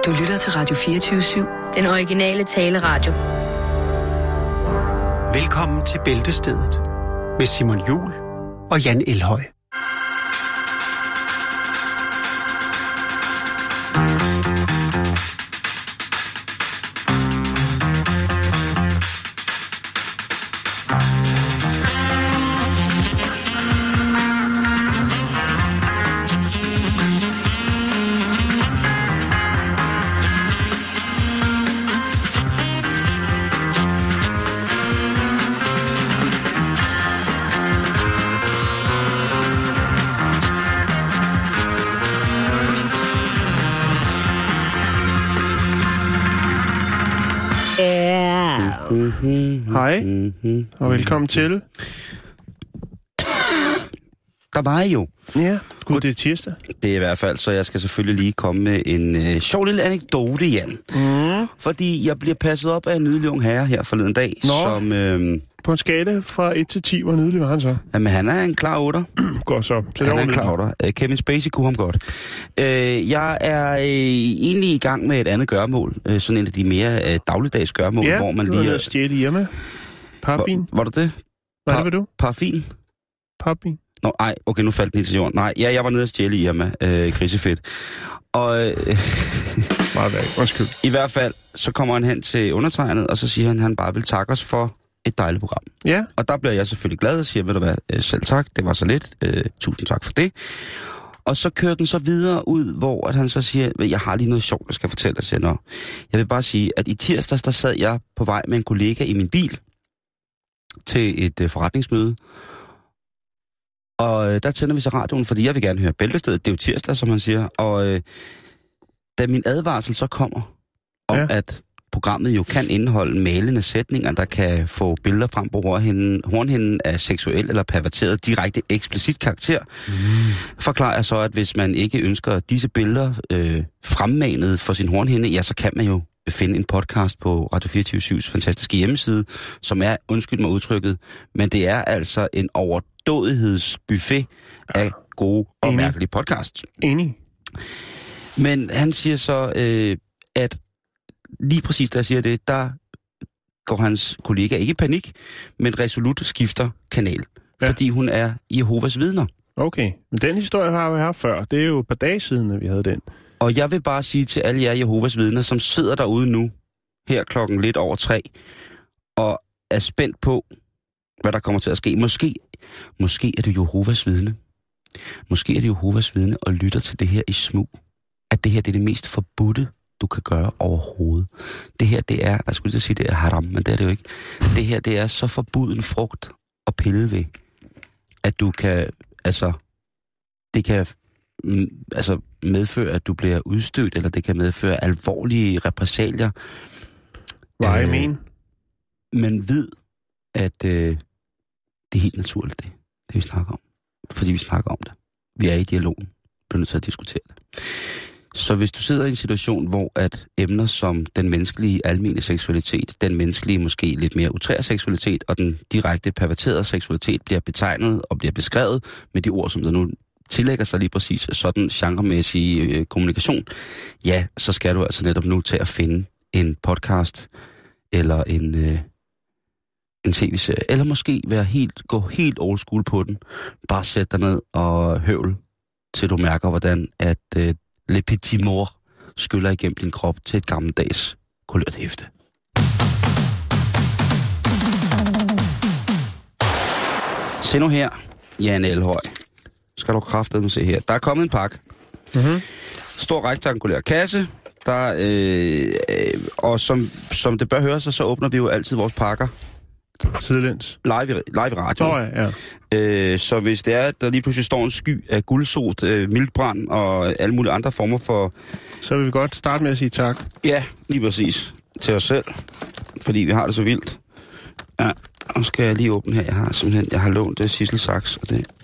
Du lytter til Radio 24/7. Den originale taleradio. Velkommen til Bæltestedet med Simon Juhl og Jan Elhøj. Hej, og velkommen til. Der var jo. Ja, gud, det er tirsdag. Det er i hvert fald, så jeg skal selvfølgelig lige komme med en sjov lille anekdote, Jan. Fordi jeg bliver passet op af en nydelig ung herre her forleden dag, som... På en skala fra 1 til 10, hvor nydelig var han så? Jamen, han er en klar 8. Godt så. Han er en klar 8. Kevin Spacey kunne ham godt. Jeg er egentlig i gang med et andet gøremål. Sådan en af de mere dagligdags gøremål, ja, hvor man lige... Ja, stjæle Irma. Parfin. Var det det? Hvad vil du? Parfin? Parfin. Nå, ej, okay, nu faldt den helt til jorden. Nej, ja, jeg var nede og stjæle Irma. Grisefedt. Og... Meget værd. Undskyld. I hvert fald, så kommer han hen til undertegnet, og så siger han, at han bare vil takke os for et dejligt program. Ja. Og der bliver jeg selvfølgelig glad og siger, ved du hvad, selv tak, det var så lidt. Tusind tak for det. Og så kører den så videre ud, hvor at han så siger, jeg har lige noget sjovt, jeg skal fortælle dig. Siger, jeg vil bare sige, at i tirsdags, der sad jeg på vej med en kollega i min bil til et forretningsmøde. Og der tænder vi så radioen, fordi jeg vil gerne høre Bæltestedet. Det er jo tirsdag, som han siger. Og da min advarsel så kommer om, at programmet jo kan indeholde malende sætninger, der kan få billeder frem på hornhinden af seksuel eller perverteret direkte eksplicit karakter, forklarer jeg så, at hvis man ikke ønsker disse billeder fremmanet for sin hornhinde, ja, så kan man jo finde en podcast på Radio 24/7's fantastiske hjemmeside, som er, undskyld mig udtrykket, men det er altså en overdådighedsbuffet af gode og mærkelige podcasts. Enig. Men han siger så, at lige præcis da jeg siger det, der går hans kollega ikke i panik, men resolut skifter kanal, fordi hun er Jehovas vidner. Okay, men den historie har vi haft før. Det er jo et par dage siden, at vi havde den. Og jeg vil bare sige til alle jer Jehovas vidner, som sidder derude nu, her klokken lidt over 3, og er spændt på, hvad der kommer til at ske. Måske er du Jehovas vidne. Måske er det Jehovas vidne og lytter til det her i smug. At det her det er det mest forbudte, du kan gøre overhovedet. Det her, det er, jeg skulle lige sige, det er haram, men det er det jo ikke. Det her, det er så forbuden frugt at pille ved, at du kan, det kan medføre, at du bliver udstødt, eller det kan medføre alvorlige repressalier. Hvad jeg mener? Men vid, at det er helt naturligt, det vi snakker om. Fordi vi snakker om det. Vi er i dialogen. Vi bliver nødt til at diskutere det. Så hvis du sidder i en situation, hvor at emner som den menneskelige almene seksualitet, den menneskelige måske lidt mere utrære seksualitet og den direkte perverterede seksualitet bliver betegnet og bliver beskrevet med de ord, som der nu tillægger sig lige præcis sådan genremæssig kommunikation, ja, så skal du altså netop nu til at finde en podcast eller en tv-serie, eller måske gå helt old school på den. Bare sæt dig ned og høvl, til du mærker, hvordan at Le Petit Mort skyller igennem din krop til et gammeldags kulørt hæfte. Se nu her, Jan Elhøj. Skal du kraftedeme se her. Der er kommet en pakke. Stor rektangulær kasse. Og som det bør høre sig, så åbner vi jo altid vores pakker. Sidelæns. Live i radio. Ja. Så hvis det er, at der lige pludselig står en sky af guldsot, mildbrand og alle mulige andre former for... Så vil vi godt starte med at sige tak. Ja, lige præcis. Til os selv. Fordi vi har det så vildt. Ja, og skal jeg lige åbne her. Jeg har lånt sisselsaks, og det...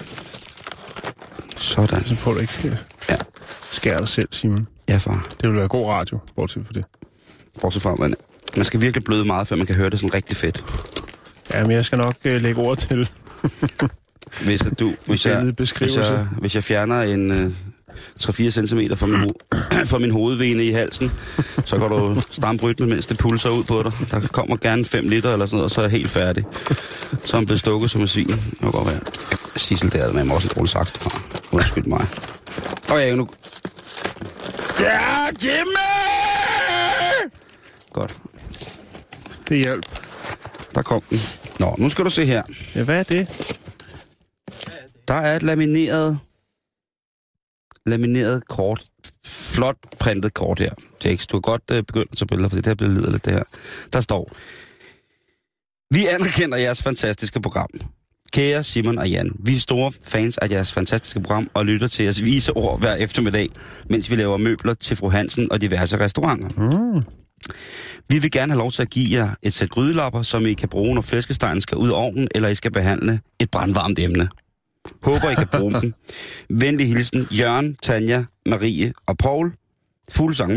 Sådan. Så får du ikke skære dig selv, Simon. Ja, far. Det vil være god radio, bortset for det. Bortset fra, man skal virkelig bløde meget, før man kan høre det sådan rigtig fedt. Ja, men jeg skal nok lægge ord til. Hvis jeg fjerner 3-4 centimeter fra min hovedvene i halsen. Så kan du stramme rytmen, mens det pulser ud på dig. Der kommer gerne 5 liter eller sådan noget, og så er jeg helt færdig. Så er man blevet stukket som en svin. Det må godt være. Sissel, der med mig også en dårlig sagt fra. Undskyld mig. Og jeg nu... Ja, Jimmy! Godt. Det hjælp. Der kom den. Nå, nu skal du se her. Ja, hvad er det? Der er et lamineret kort. Flot printet kort her. Jakes, du har godt begyndt at tage billeder, for det her bliver liderligt, det her. Der står: Vi anerkender jeres fantastiske program. Kære Simon og Jan, vi er store fans af jeres fantastiske program og lytter til jeres vise ord hver eftermiddag, mens vi laver møbler til fru Hansen og diverse restauranter. Vi vil gerne have lov til at give jer et sæt grydelapper, som I kan bruge, når flæskestegen skal ud af ovnen, eller I skal behandle et brandvarmt emne. Håber, I kan bruge dem. Venlig hilsen, Jørgen, Tanja, Marie og Paul. Fuglsang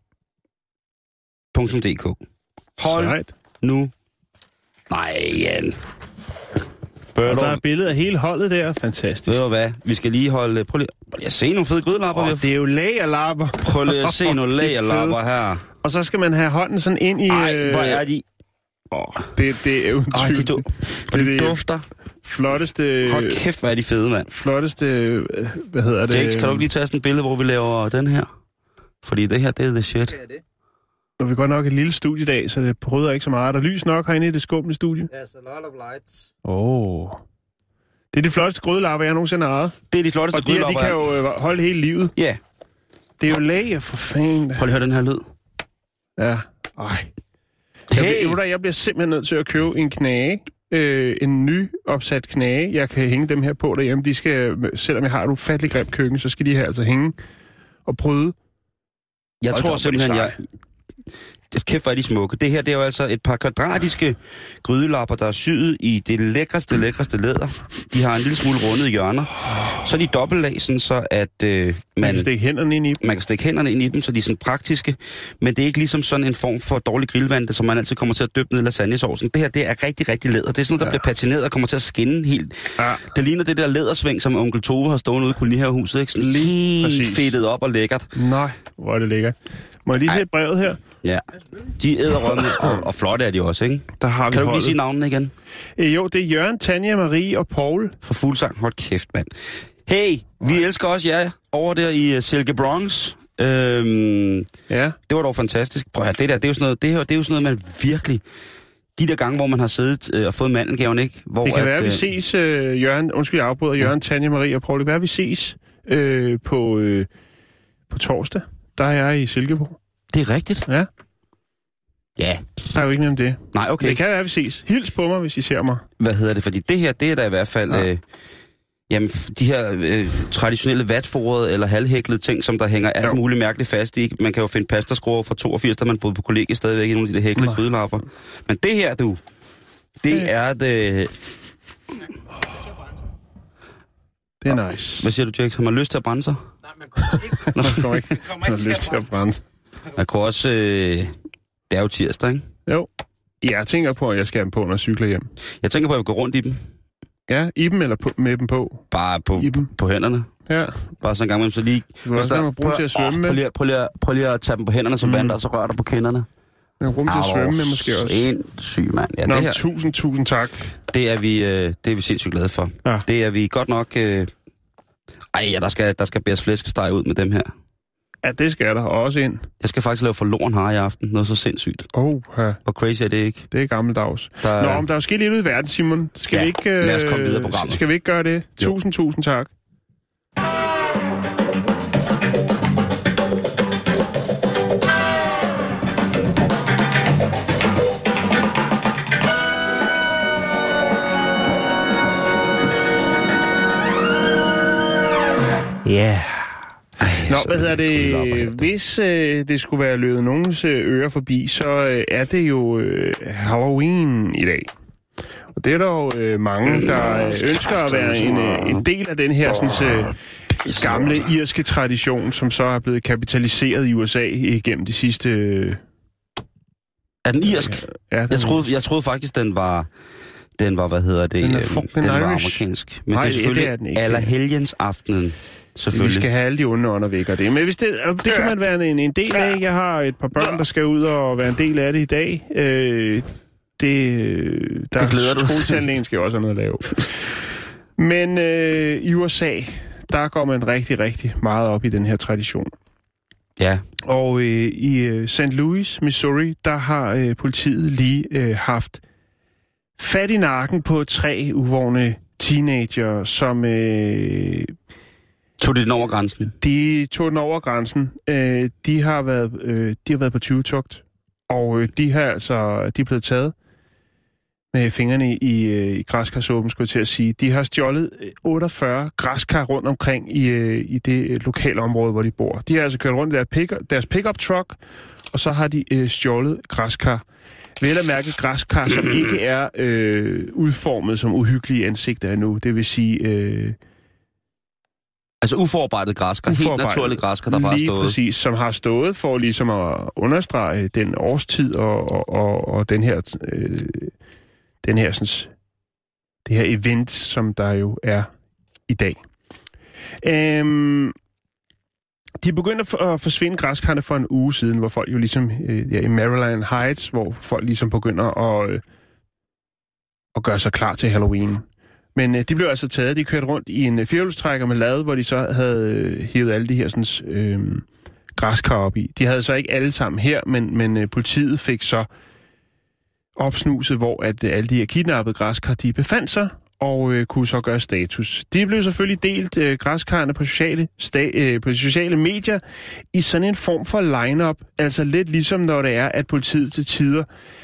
Møbler.dk. Hold Sejt. nu. Nej, Jan. Og der er billeder af hele holdet der. Fantastisk. Ved du hvad? Vi skal lige holde... Prøv lige at se nogle fede grydelapper. Det er jo lagerlapper. Prøv lige at se nogle lagerlapper her. Og så skal man have hånden sådan ind i... Ej, hvor er de... Det er jo det dufter. Flotteste... Hold kæft, hvor er de fede, mand. Flotteste... Hvad hedder det? Jakes, kan du ikke lige tage sådan et billede, hvor vi laver den her? Fordi det her, det er the shit. Og vi går nok et lille studie i dag, så det bryder ikke så meget. Er der lys nok herinde i det skumle studie? Yes, a lot of lights. Det er de flotteste grydelapper, jeg nogensinde har ejet. Det er de flotteste grydelapper. Og de kan jo holde hele livet. Ja. Det er jo lager for fanden. Prøv lige at høre den her lyd. Ja. Ej. Jeg bliver simpelthen nødt til at købe en knage. En ny opsat knage. Jeg kan hænge dem her på derhjemme. De skal, selvom jeg har et ufatteligt grimt køkken, så skal de her altså hænge og bryde. Jeg tror simpelthen, kæft, hvor er de smukke. Det her, det er jo altså et par kvadratiske grydelapper, der er syet i det lækreste læder. De har en lille smule rundede hjørner. Så er de dobbeltlag, sådan så at man kan stikke hænderne ind i dem. Man kan stikke hænderne ind i dem, så de er sådan praktiske. Men det er ikke ligesom sådan en form for dårlig grillvante, som man altid kommer til at dyppe ned i lasagnesaucen. Det her, det er rigtig, rigtig læder. Det er sådan noget, der bliver patineret og kommer til at skinne helt. Ja. Det ligner det der lædersving, som onkel Tove har stående ude i kolonihavehuset, ikke? Sådan lige fedtet op og lækkert. Nej, hvor er det lækkert. Må jeg lige se brevet her? Ja, de æderrømme, og flotte er de også, ikke? Der har vi kan du lige sige navnene igen? Jo, det er Jørgen, Tanja, Marie og Paul. For Fuglsang, hold kæft, mand. Hey, vi elsker også jer over der i Silke Bronx. Ja. Det var dog fantastisk. Prøv at høre, det er jo sådan noget, det er jo sådan noget, man virkelig... De der gange, hvor man har siddet og fået mandelgaven, ikke? Hvor det kan være, vi ses, Jørgen, undskyld, jeg afbryder, Jørgen, Tanja, Marie og Paul. Det kan være, vi ses på torsdag. Der er jeg i Silkeborg. Det er rigtigt. Ja. Ja. Der er jo ikke noget om det. Nej, okay. Det kan være, vi ses. Hils på mig, hvis I ser mig. Hvad hedder det? Fordi det her, det er da i hvert fald... Jamen, de her traditionelle vatforede eller halvhæklede ting, som der hænger alt muligt mærkeligt fast i. Man kan jo finde pastaskruer fra 82, der man boede på kollegiet stadigvæk i nogle af de der hæklede grydelapper. Men det her, du, det er det... Det er nice. Hvad siger du, Jakes? Har man lyst til at brænde sig? Nej, man kommer ikke. Man har lyst til at brænde sig. Man kunne også... det er jo tirsdag, ikke? Jo. Jeg tænker på, at jeg skal have dem på, når jeg cykler hjem. Jeg tænker på, at jeg vil gå rundt i dem. Ja, i dem eller med dem på? Bare på hænderne. Ja. Bare sådan en gang med dem, så lige... Du kan også bruge til at svømme med. Prøv lige at tage dem på hænderne som vand, og så rører dig på kinderne. Man kan til at svømme med måske også. Sindssyg, mand. Ja, nå, det her, tusind tak. Det er vi sindssygt glade for. Ja. Det er vi godt nok... der skal bæres flæskesteg ud med dem her. Ja, det skal der også ind. Jeg skal faktisk lave forloren her i aften. Noget så sindssygt. Ja. Hvor crazy er det ikke? Det er gammeldags. Nå, men der er jo sket lidt ud i verden, Simon. Skal vi ikke... lad os komme videre på programmet. Skal vi ikke gøre det? Tusind tak. Ja. Nå, hvad hedder det? Hvis det skulle være løbet nogens ører forbi, så er det jo Halloween i dag. Og det er der jo mange, der ønsker at være en del af den her sådan, gamle irske tradition, som så er blevet kapitaliseret i USA igennem de sidste... Er den irsk? Ja, jeg troede faktisk, den var, hvad hedder det? Den var amerikansk. Men nej, det er selvfølgelig Allerhelgens aftenen. Vi skal have alle de onde ånder væk af det. Men hvis det kan man være en del af. Jeg har et par børn, der skal ud og være en del af det i dag. Det glæder du. Skoletandlægen skal også have noget at lave. Men i USA, der går man rigtig, rigtig meget op i den her tradition. Ja. Og i St. Louis, Missouri, der har politiet lige haft fat i nakken på 3 uvågne teenager, som... Tog den over grænsen? De tog den over grænsen. De har været på tyvetugt, og de er blevet taget med fingrene i græskarsuppen, skulle jeg til at sige. De har stjålet 48 græskar rundt omkring i det lokale område, hvor de bor. De har altså kørt rundt i deres pickup truck, og så har de stjålet græskar. Vel at mærke græskar, som ikke er udformet som uhyggelige ansigter endnu. Det vil sige... altså uforarbejdet græskar, helt naturlige græskar, der bare har stået. Lige præcis, som har stået for ligesom at understrege den årstid og den her sådan, det her event, som der jo er i dag. De begyndte at forsvinde græskarne for en uge siden, hvor folk jo ligesom i Maryland Heights, hvor folk ligesom begynder at gøre sig klar til Halloween. Men de blev altså taget. De kørte rundt i en firehjulstrækker med lade, hvor de så havde hivet alle de her sådan, græskar op i. De havde så ikke alle sammen her, men politiet fik så opsnuset, hvor at alle de her kidnappede græskar, de befandt sig, og kunne så gøre status. De blev selvfølgelig delt græskarne på sociale medier i sådan en form for line-up. Altså lidt ligesom når det er, at politiet til tider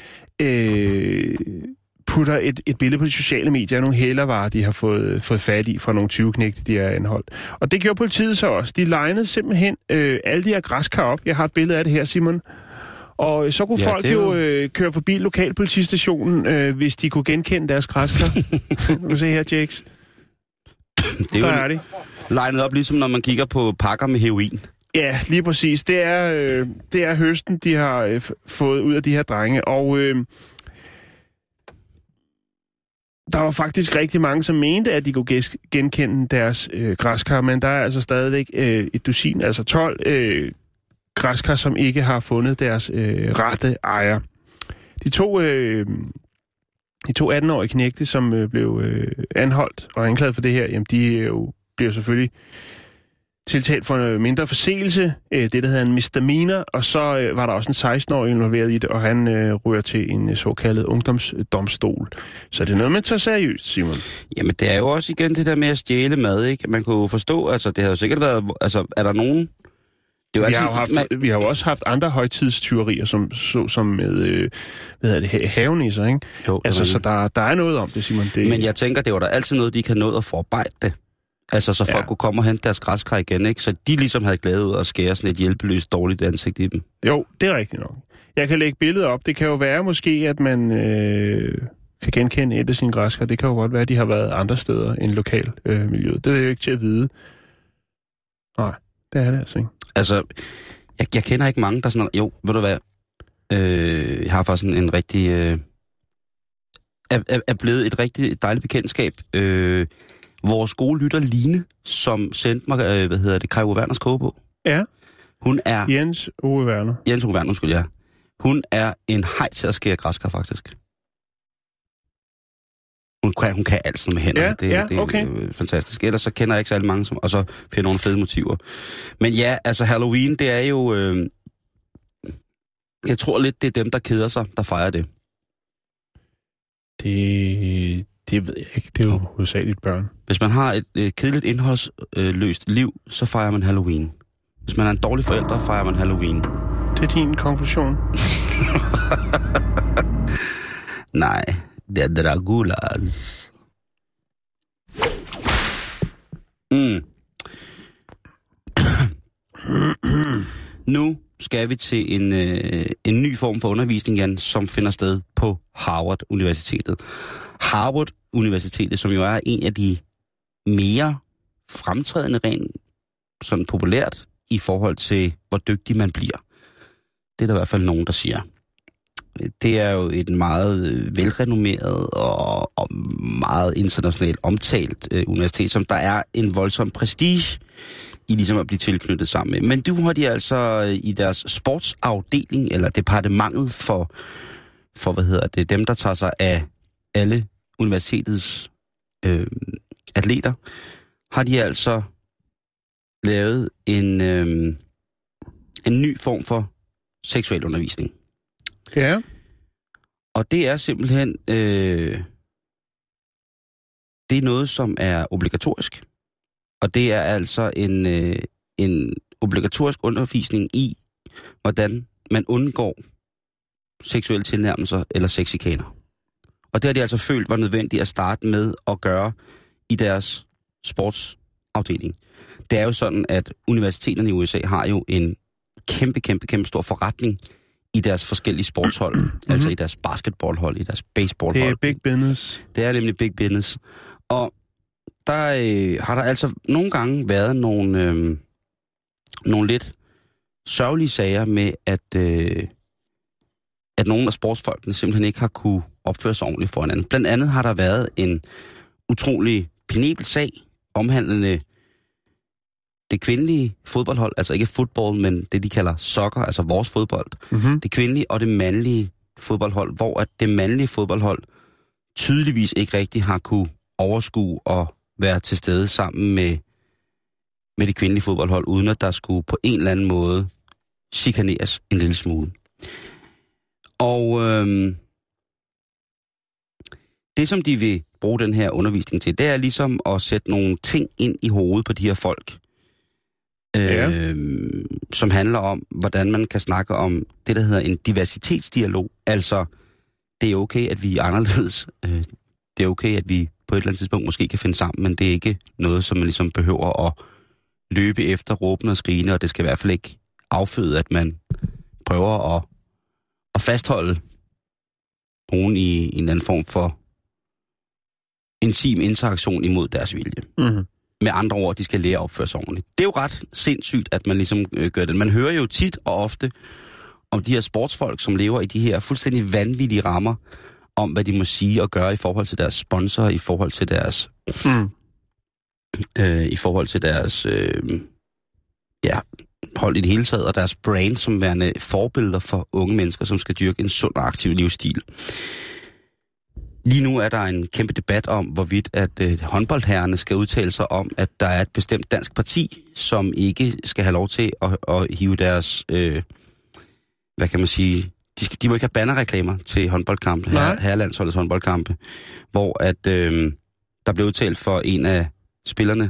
putter et billede på de sociale medier af nogle hælervarer, de har fået fat i fra nogle 20-knægte, de har anholdt. Og det gjorde politiet så også. De linede simpelthen alle de her græskar op. Jeg har et billede af det her, Simon. Og så kunne folk jo køre forbi lokalpolitistationen, hvis de kunne genkende deres græskar. Du kan se her, Jakes. Der er de. Legnet op, ligesom når man kigger på pakker med heroin. Ja, lige præcis. Det er høsten, de har fået ud af de her drenge. Og der var faktisk rigtig mange, som mente, at de kunne genkende deres græskar, men der er altså stadigvæk et dusin, altså 12 græskar, som ikke har fundet deres rette ejer. De to 18-årige knægte, som blev anholdt og anklaget for det her, jamen de bliver selvfølgelig tiltalt for en mindre forseelse, det der hedder en misdemeanor, og så var der også en 16-årig involveret i det, og han ryger til en såkaldet ungdomsdomstol. Så det er noget, man tager seriøst, Simon. Jamen, det er jo også igen det der med at stjæle mad, ikke? Man kunne jo forstå, altså det har jo sikkert været, altså er der nogen... Vi har jo også haft andre højtidstyverier, som med havenisser, ikke? Jo, altså, så der er noget om det, Simon. Men jeg tænker, det var der altid noget, de kan nå at forarbejde det. Altså, så folk kunne komme og hente deres græskar igen, ikke? Så de ligesom havde glædet ud at skære sådan et hjælpeløst dårligt ansigt i dem. Jo, det er rigtigt nok. Jeg kan lægge billeder op. Det kan jo være måske, at man kan genkende et af sine græskar. Det kan jo godt være, at de har været andre steder end lokalmiljøet. Det er jo ikke til at vide. Nej, det er det altså ikke. Altså, jeg kender ikke mange, der sådan... Jo, ved du hvad? Jeg har faktisk en rigtig... er blevet et rigtig dejligt bekendtskab. Vores gode lytter Line, som sendte mig, Kai Ove Werners kogebog. Ja. Hun er... Jens Ove Werner, undskyld, ja. Hun er en hej til at skære græskar, faktisk. Hun kan alt sådan med hænder. Det okay. Det er fantastisk. Ellers så kender jeg ikke særlig mange, og så finder nogle fede motiver. Men ja, altså Halloween, det er jo... jeg tror lidt, det er dem, der keder sig, der fejrer det. Det ved jeg ikke. Det er jo hovedsageligt børn. Hvis man har et kedeligt indholdsløst liv, så fejrer man Halloween. Hvis man er en dårlig forælder, fejrer man Halloween. Det er din konklusion. Nej, det er Dragulas. Nu skal vi til en ny form for undervisning, Jan, som finder sted på Harvard Universitetet. Harvard Universitetet, som jo er en af de mere fremtrædende, rent sådan populært, i forhold til, hvor dygtig man bliver. Det er der i hvert fald nogen, der siger. det er jo et meget velrenommeret og meget internationalt omtalt universitet, som der er en voldsom prestige i ligesom at blive tilknyttet sammen med. Men du har de altså i deres sportsafdeling, eller departementet for dem, der tager sig af alle universitetets atleter, har de altså lavet en ny form for seksuel undervisning. Ja. Og det er simpelthen det er noget, som er obligatorisk. Og det er altså en obligatorisk undervisning i, hvordan man undgår seksuelle tilnærmelser eller sexchikaner. Og det har de altså følt var nødvendigt at starte med at gøre i deres sportsafdeling. Det er jo sådan, at universiteterne i USA har jo en kæmpe stor forretning i deres forskellige sportshold. Altså i deres basketballhold, i deres baseballhold. Det er big business. Det er nemlig big business. Og der har der altså nogle gange været nogle lidt sørgelige sager med, at nogle af sportsfolkene simpelthen ikke har kunne opføre sig ordentligt for hinanden. Blandt andet har der været en utrolig penibel sag omhandlende det kvindelige fodboldhold, altså ikke fodbold, men det de kalder soccer, altså vores fodbold. Mm-hmm. Det kvindelige og det mandlige fodboldhold, hvor at det mandlige fodboldhold tydeligvis ikke rigtig har kunne overskue og være til stede sammen med det kvindelige fodboldhold, uden at der skulle på en eller anden måde chikaneres en lille smule. Og det, som de vil bruge den her undervisning til, det er ligesom at sætte nogle ting ind i hovedet på de her folk, som handler om, hvordan man kan snakke om det, der hedder en diversitetsdialog. Altså, det er okay, at vi er anderledes. Det er okay, at vi på et eller andet tidspunkt måske kan finde sammen, men det er ikke noget, som man ligesom behøver at løbe efter, råbende og skrigende, og det skal i hvert fald ikke afføde, at man prøver at fastholde nogen i en anden form for intim interaktion imod deres vilje. Mm-hmm. Med andre ord, de skal lære at opføre sig ordentligt. Det er jo ret sindssygt, at man ligesom gør det. Man hører jo tit og ofte om de her sportsfolk, som lever i de her fuldstændig vanvittige rammer, om hvad de må sige og gøre i forhold til deres sponsorer, i forhold til deres hold i det hele taget, og deres brand som værende forbilleder for unge mennesker, som skal dyrke en sund og aktiv livsstil. Lige nu er der en kæmpe debat om, hvorvidt at håndboldherrerne skal udtale sig om, at der er et bestemt dansk parti, som ikke skal have lov til at hive deres, hvad kan man sige, de må ikke have bannerreklamer til håndboldkampe, herrelandsholdets håndboldkampe, hvor at der blev udtalt for en af spillerne,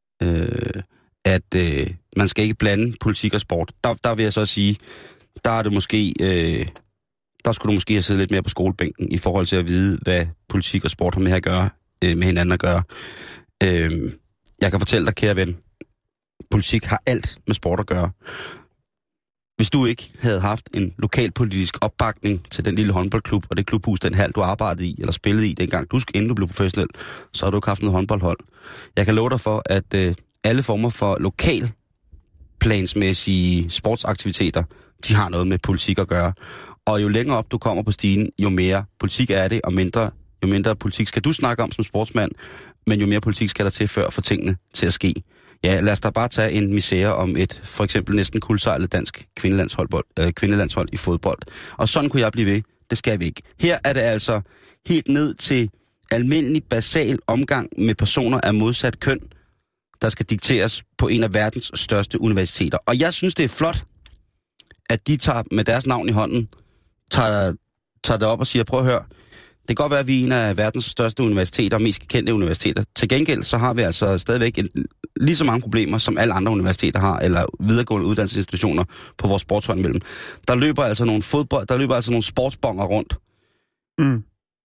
at man skal ikke blande politik og sport. Der vil jeg så sige, der er det måske, der skulle du måske have siddet lidt mere på skolebænken i forhold til at vide, hvad politik og sport har med at gøre, med hinanden at gøre. Jeg kan fortælle dig, kære ven, politik har alt med sport at gøre. Hvis du ikke havde haft en lokalpolitisk opbakning til den lille håndboldklub og det klubhus, den hal, du arbejdede i eller spillede i dengang, inden du blev professionel, så har du ikke haft noget håndboldhold. Jeg kan love dig for, at alle former for lokalplansmæssige sportsaktiviteter, de har noget med politik at gøre. Og jo længere op du kommer på stigen, jo mere politik er det, og jo mindre politik skal du snakke om som sportsmand, men jo mere politik skal der til før for tingene til at ske. Ja, lad os da bare tage en misære om et for eksempel næsten kuldsejlet dansk kvindelandshold i fodbold. Og sådan kunne jeg blive ved. Det skal vi ikke. Her er det altså helt ned til almindelig basal omgang med personer af modsat køn, der skal dikteres på en af verdens største universiteter. Og jeg synes, det er flot, at de tager med deres navn i hånden, tager det op og siger, prøv at høre, det kan godt være, at vi er en af verdens største universiteter og mest kendte universiteter. Til gengæld så har vi altså stadigvæk lige så mange problemer, som alle andre universiteter har, eller videregående uddannelsesinstitutioner på vores sportshold imellem. Der løber altså nogle sportsbonger rundt. Mm.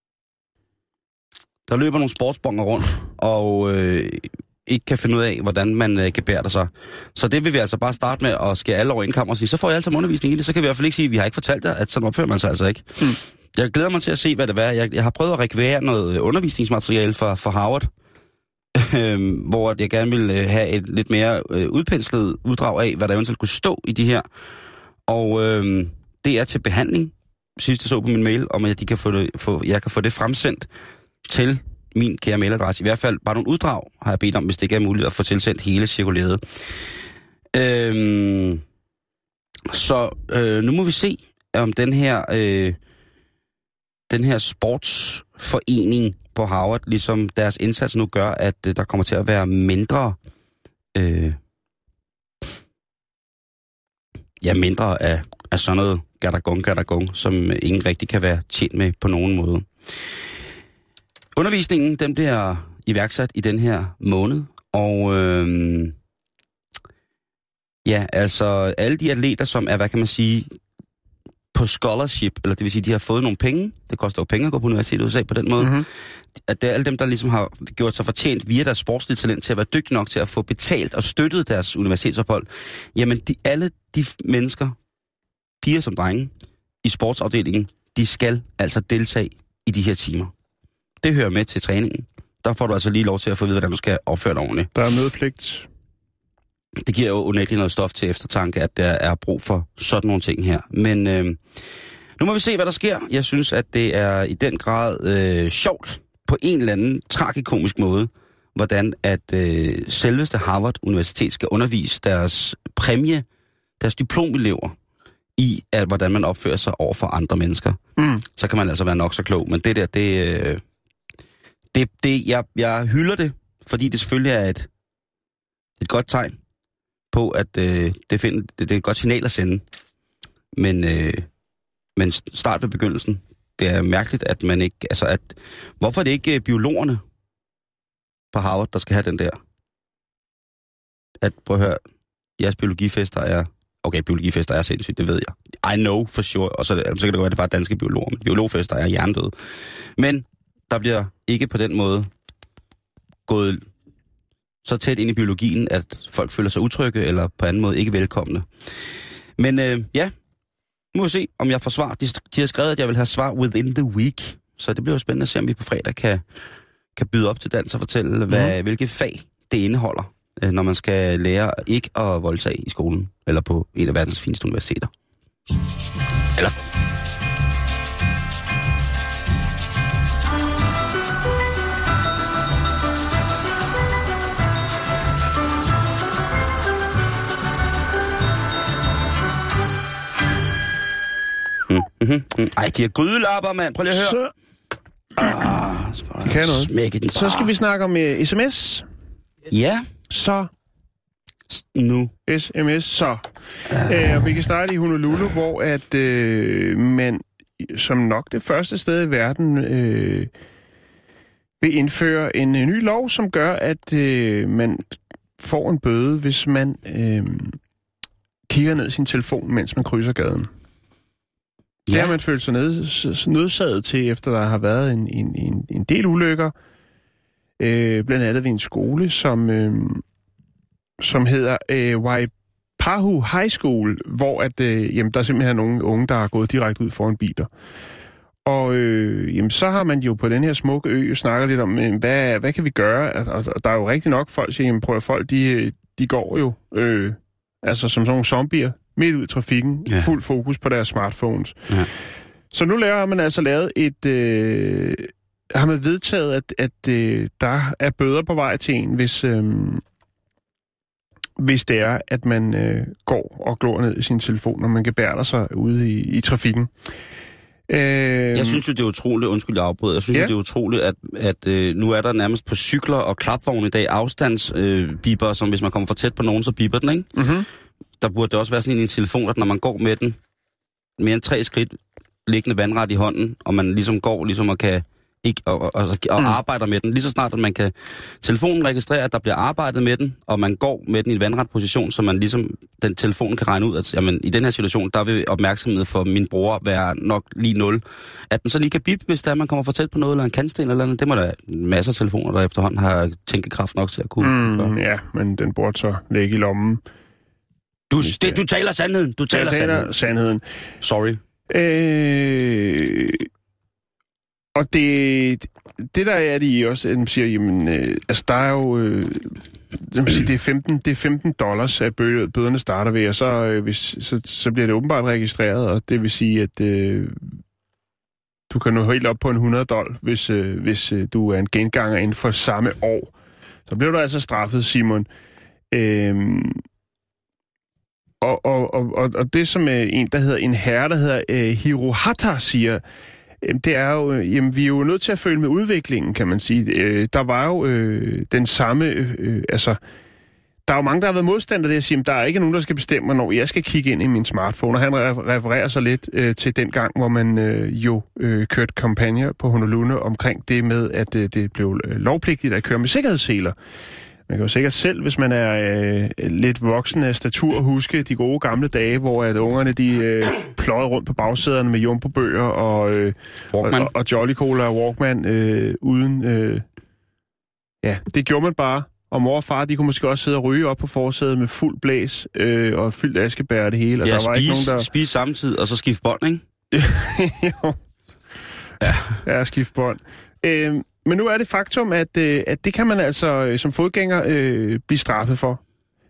Der løber nogle sportsbonger rundt, og ikke kan finde ud af, hvordan man gebærder sig. Så det vil vi altså bare starte med at skære alle over en kammer og sige, så får jeg altså undervisning i det. Så kan vi i hvert fald ikke sige, at vi har ikke fortalt jer, at sådan opfører man sig altså ikke. Mm. Jeg glæder mig til at se, hvad det er. Jeg har prøvet at rekvirere noget undervisningsmateriale fra Harvard, hvor jeg gerne vil have et lidt mere udpenslet uddrag af, hvad der eventuelt kunne stå i de her. Og det er til behandling sidst jeg så på min mail, om at jeg kan få det fremsendt til min kære mailadresse. I hvert fald bare nogle uddrag har jeg bedt om, hvis det ikke er muligt at få tilsendt hele cirkulæret. Så nu må vi se, om den her sportsforening på Harvard, ligesom deres indsats nu gør, at der kommer til at være mindre mindre af sådan noget gadagong, som ingen rigtig kan være tjent med på nogen måde. Undervisningen, den bliver iværksat i den her måned, og altså alle de atleter, som er, hvad kan man sige, på scholarship, eller det vil sige, de har fået nogle penge, det koster jo penge at gå på universitetet i USA på den måde, at det er alle dem, der ligesom har gjort sig fortjent via deres sportslige talent til at være dygtige nok til at få betalt og støttet deres universitetsophold, jamen alle de mennesker, piger som drenge, i sportsafdelingen, de skal altså deltage i de her timer. Det hører med til træningen. Der får du altså lige lov til at få at vide, hvordan du skal opføre dig ordentligt. Der er mødepligt. Det giver jo unægteligt noget stof til eftertanke, at der er brug for sådan nogle ting her. Men nu må vi se, hvad der sker. Jeg synes, at det er i den grad sjovt, på en eller anden tragikomisk måde, hvordan at selveste Harvard Universitet skal undervise deres diplomelever i, hvordan man opfører sig over for andre mennesker. Så kan man altså være nok så klog. Men det der, jeg hylder det, fordi det selvfølgelig er et godt tegn på, at det er et godt signal at sende. Men start ved begyndelsen. Det er mærkeligt, at man ikke... Altså, hvorfor er det ikke biologerne på Harvard, der skal have den der? Prøv at høre, jeres biologifester er... Okay, biologifester er sindssygt, det ved jeg. I know for sure. Og så kan det godt være, at det bare er danske biologer, men biologfester er hjernedøde. Men der bliver ikke på den måde gået så tæt ind i biologien, at folk føler sig utrygge, eller på anden måde ikke velkomne. Men nu må vi se, om jeg får svar. De har skrevet, at jeg vil have svar within the week. Så det bliver jo spændende at se, om vi på fredag kan byde op til dans og fortælle, hvilke fag det indeholder, når man skal lære ikke at voldtage i skolen, eller på et af verdens fineste universiteter. Eller... Ej, de har grydelapper, mand. Prøv lige at høre. Det kan noget. Så skal vi snakke om sms. Ja. Så. Nu. SMS, så. Vi kan starte i Honolulu, hvor at man som nok det første sted i verden vil indføre en ny lov, som gør, at man får en bøde, hvis man kigger ned i sin telefon, mens man krydser gaden. Ja. Det har man følt sig nødsaget til, efter der har været en del ulykker. Blandt andet ved en skole, som hedder Waipahu High School, hvor at, der simpelthen er nogle unge, der er gået direkte ud foran biler. Og så har man jo på den her smukke ø snakket lidt om, hvad kan vi gøre? Og der er jo rigtig nok folk, siger, prøv at folk, de går jo som sådan nogle zombier midt ud i trafikken, fuld fokus på deres smartphones. Ja. Så nu har man altså lavet har man vedtaget, at der er bøder på vej til en, hvis det er, at man går og glor ned i sin telefon, når man gebærder sig ude i trafikken. Jeg synes jo, det er utroligt, undskyld, jeg afbryder, jeg synes jo, det er utroligt, at nu er der nærmest på cykler og klapvogne i dag afstandsbiber, som hvis man kommer for tæt på nogen, så biber den, ikke? Mm-hmm. Der burde det også være sådan en telefon, at når man går med den mere end 3 skridt liggende vandret i hånden, og man ligesom går ligesom og kan ikke og arbejder med den, lige så snart at man kan telefonen registrere, at der bliver arbejdet med den, og man går med den i en vandret position, så man ligesom den telefon kan regne ud, at jamen, i den her situation, der vil opmærksomhed for min bror være nok lige 0. At den så lige kan bip, hvis der man kommer for tæt på noget, eller en kantsten eller andet, det må der masser af telefoner, der efterhånden har tænkekraft nok til at kunne. Ja, men den burde så ligge i lommen. Du taler sandheden. Du taler sandheden. Sorry. Og det der er det i også, at man siger, jamen, der er jo, det er $15, at bøderne starter ved, og så bliver det åbenbart registreret, og det vil sige, at du kan nå helt op på en $100, hvis du er en genganger inden for samme år. Så bliver du altså straffet, Simon. Og det, som en, der hedder en herre, der hedder Hirohata, siger, det er jo, jamen, vi er jo nødt til at følge med udviklingen, kan man sige. Der var jo den samme, der er jo mange, der har været modstandere der, siger, der er ikke nogen, der skal bestemme, når jeg skal kigge ind i min smartphone. Og han refererer så lidt til den gang, hvor man kørte kampagner på Honolulu omkring det med, at det blev lovpligtigt at køre med sikkerhedsseler. Man kan jo sikkert selv, hvis man er lidt voksen af statur, huske de gode gamle dage, hvor at ungerne de pløjede rundt på bagsæderne med Jumbo-bøger og Jolly Cola og Walkman uden... det gjorde man bare. Og mor og far, de kunne måske også sidde og ryge op på forsædet med fuld blæs og fyldt askebær og det hele. Og der var ikke nogen, der... spise samtidig, og så skifte bånd, ikke? Jo. Ja, skifte bånd. Men nu er det faktum, at det kan man altså som fodgænger blive straffet for.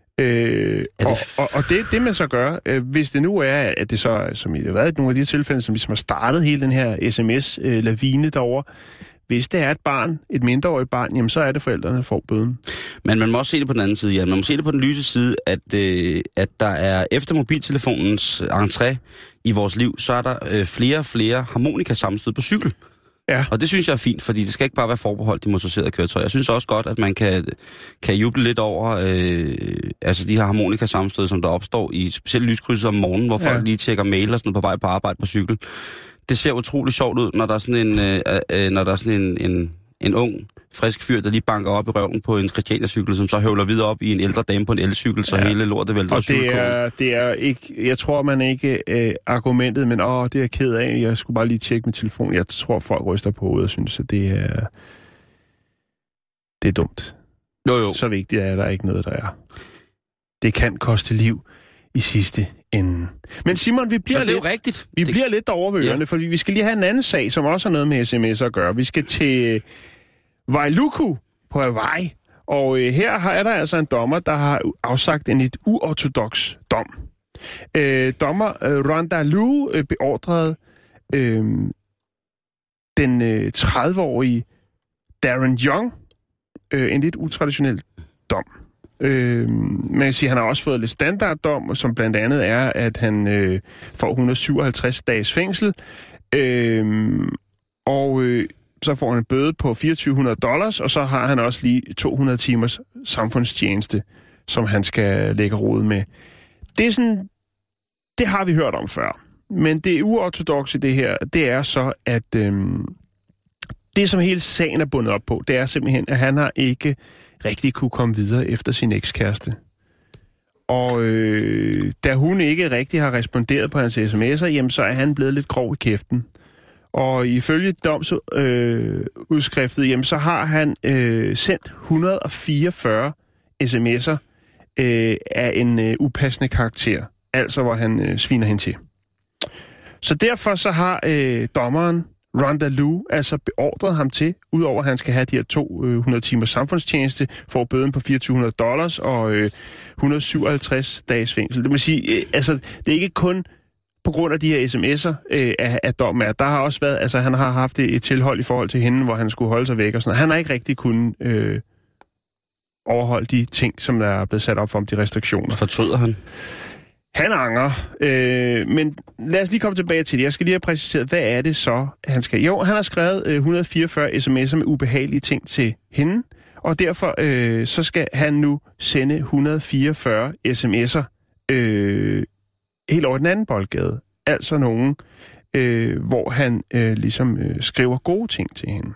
Og det man så gør, hvis det nu er, at det så, som i det har været nogle af de tilfælde, som ligesom har startet hele den her sms-lavine derovre, hvis det er et barn, et mindreårigt barn, jamen så er det forældrene, der får bøden. Men man må også se det på den anden side, ja. Man må se det på den lyse side, at der er efter mobiltelefonens entré i vores liv, så er der flere og flere harmonikasammenstød på cykel. Ja. Og det synes jeg er fint, fordi det skal ikke bare være forbeholdt de motoriserede køretøjer. Jeg synes også godt, at man kan juble lidt over de her harmonikasammenstød, som der opstår i specielt lyskrydset om morgenen, hvor folk lige tjekker mail og sådan noget på vej på arbejde på cykel. Det ser utrolig sjovt ud, når der er sådan en ung, frisk fyr, der lige banker op i røven på en Christiania-cykel, som så høvler videre op i en ældre dame på en elcykel, så hele lortet vælter. Og det er ikke, jeg tror man ikke argumentet, men det er jeg ked af, jeg skulle bare lige tjekke min telefon. Jeg tror folk ryster på hovedet og synes, at det er dumt. Jo. Så vigtigt er der ikke noget, der er. Det kan koste liv i sidste ende. Men Simon, vi bliver lidt derovre ved ørerne, fordi vi skal lige have en anden sag, som også har noget med sms'er at gøre. Vi skal til Wailuku på Hawaii, og her er der altså en dommer, der har afsagt en lidt uortodoks dom. Dommer Rhonda Liu beordrede den 30-årige Darren Young en lidt utraditionel dom. Man kan sige, at han har også fået lidt standarddom, som blandt andet er, at han får 157 dages fængsel, og så får han en bøde på $2,400, og så har han også lige 200 timers samfundstjeneste, som han skal lægge rod med. Det er sådan, det har vi hørt om før, men det uortodokse det her, det er så, at det, som hele sagen er bundet op på, det er simpelthen, at han har ikke rigtig kunne komme videre efter sin ekskæreste. Og da hun ikke rigtig har responderet på hans sms'er, jamen så er han blevet lidt grov i kæften. Og ifølge domsudskriftet, jamen så har han sendt 144 sms'er af en upassende karakter. Altså hvor han sviner hende til. Så derfor så har dommeren Rhonda Liu altså beordret ham til, udover at han skal have de her 200 timers samfundstjeneste, får bøden på $2,400 og 157 dages fængsel. Det vil sige, det er ikke kun på grund af de her sms'er, at dommen er. Der har også været, han har haft et tilhold i forhold til hende, hvor han skulle holde sig væk og sådan noget. Han har ikke rigtig kunnet overholde de ting, som der er blevet sat op for ham, de restriktioner. Fortryder han? Han angrer, men lad os lige komme tilbage til det. Jeg skal lige have præciseret, hvad er det så, han skal... Jo, han har skrevet 144 sms'er med ubehagelige ting til hende, og derfor så skal han nu sende 144 sms'er helt over den anden boldgade. Altså nogen, hvor han ligesom skriver gode ting til hende.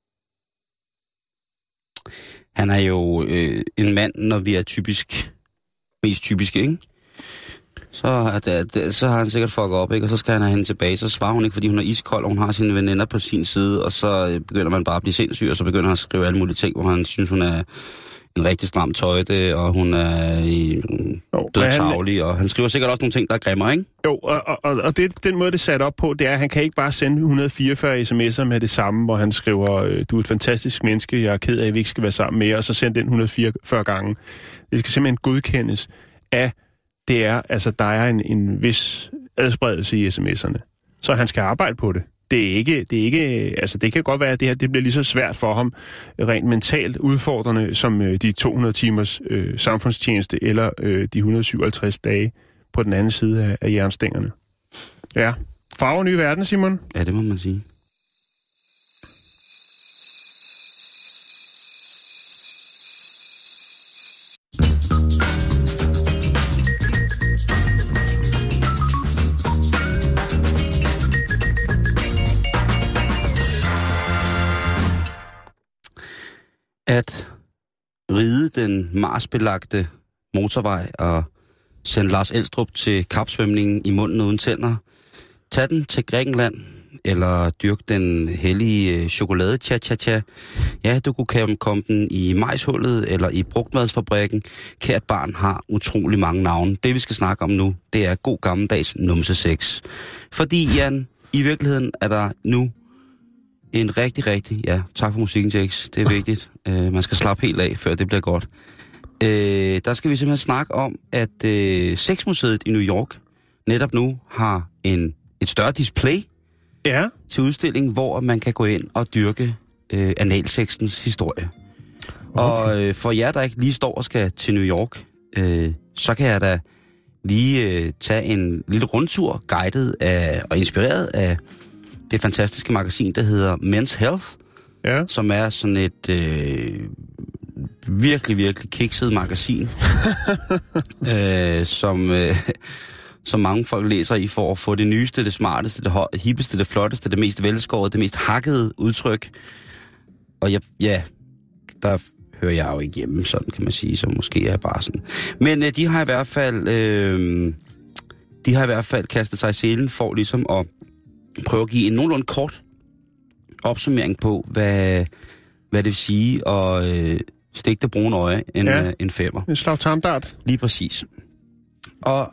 Han er jo en mand, når vi er mest typiske, ikke? Så har han sikkert fucket op, ikke? Og så skal han have hende tilbage. Så svarer hun ikke, fordi hun er iskold, og hun har sine veninder på sin side. Og så begynder man bare at blive sindssyg, og så begynder han at skrive alle mulige ting, hvor han synes, hun er en rigtig stram tøjte, og hun er dødtavlig, og han skriver sikkert også nogle ting, der er grimmer, ikke? Jo, og det, den måde, det er sat op på, det er, at han kan ikke bare sende 144 sms'er med det samme, hvor han skriver, du er et fantastisk menneske, jeg er ked af, at vi ikke skal være sammen mere, og så sende den 144 gange. Det skal simpelthen godkendes af der er en vis adspredelse i sms'erne. Så han skal arbejde på det. det er ikke, altså det kan godt være, at det her det bliver lige så svært for ham, rent mentalt udfordrende, som de 200 timers samfundstjeneste, eller de 157 dage på den anden side af jernstængerne. Ja, farver nye verden, Simon. Ja, det må man sige. At ride den marsbelagte motorvej og sende Lars Elstrup til kapsvømningen i munden uden tænder, tag den til Grækenland, eller dyrk den hellige chokolade cha-cha-cha. Ja, du kunne komme den i majshullet eller i brugtmadsfabrikken. Kært barn har utrolig mange navne. Det vi skal snakke om nu, det er god gammeldags numsesex. Fordi, Jan, i virkeligheden er der nu en rigtig, ja, tak for musikken, Jakes, det er vigtigt. Man skal slappe helt af, før det bliver godt. Der skal vi simpelthen snakke om, at Sexmuseet i New York netop nu har et større display til udstilling, hvor man kan gå ind og dyrke analsexens historie. Okay. Og for jer, der ikke lige står og skal til New York, så kan jeg da lige tage en lille rundtur, guidet af og inspireret af det fantastiske magasin, der hedder Men's Health, som er sådan et virkelig kikset magasin, som mange folk læser i for at få det nyeste, det smarteste, det hippeste, det flotteste, det mest velskårede, det mest hakkede udtryk. Og der hører jeg jo ikke hjemme, sådan kan man sige, så måske er jeg bare sådan. Men de har i hvert fald kastet sig i selen for ligesom at prøve at give en nogenlunde kort opsummering på, hvad det vil sige at stikke det brune øje en femmer. En slags tarmdart. Lige præcis. Og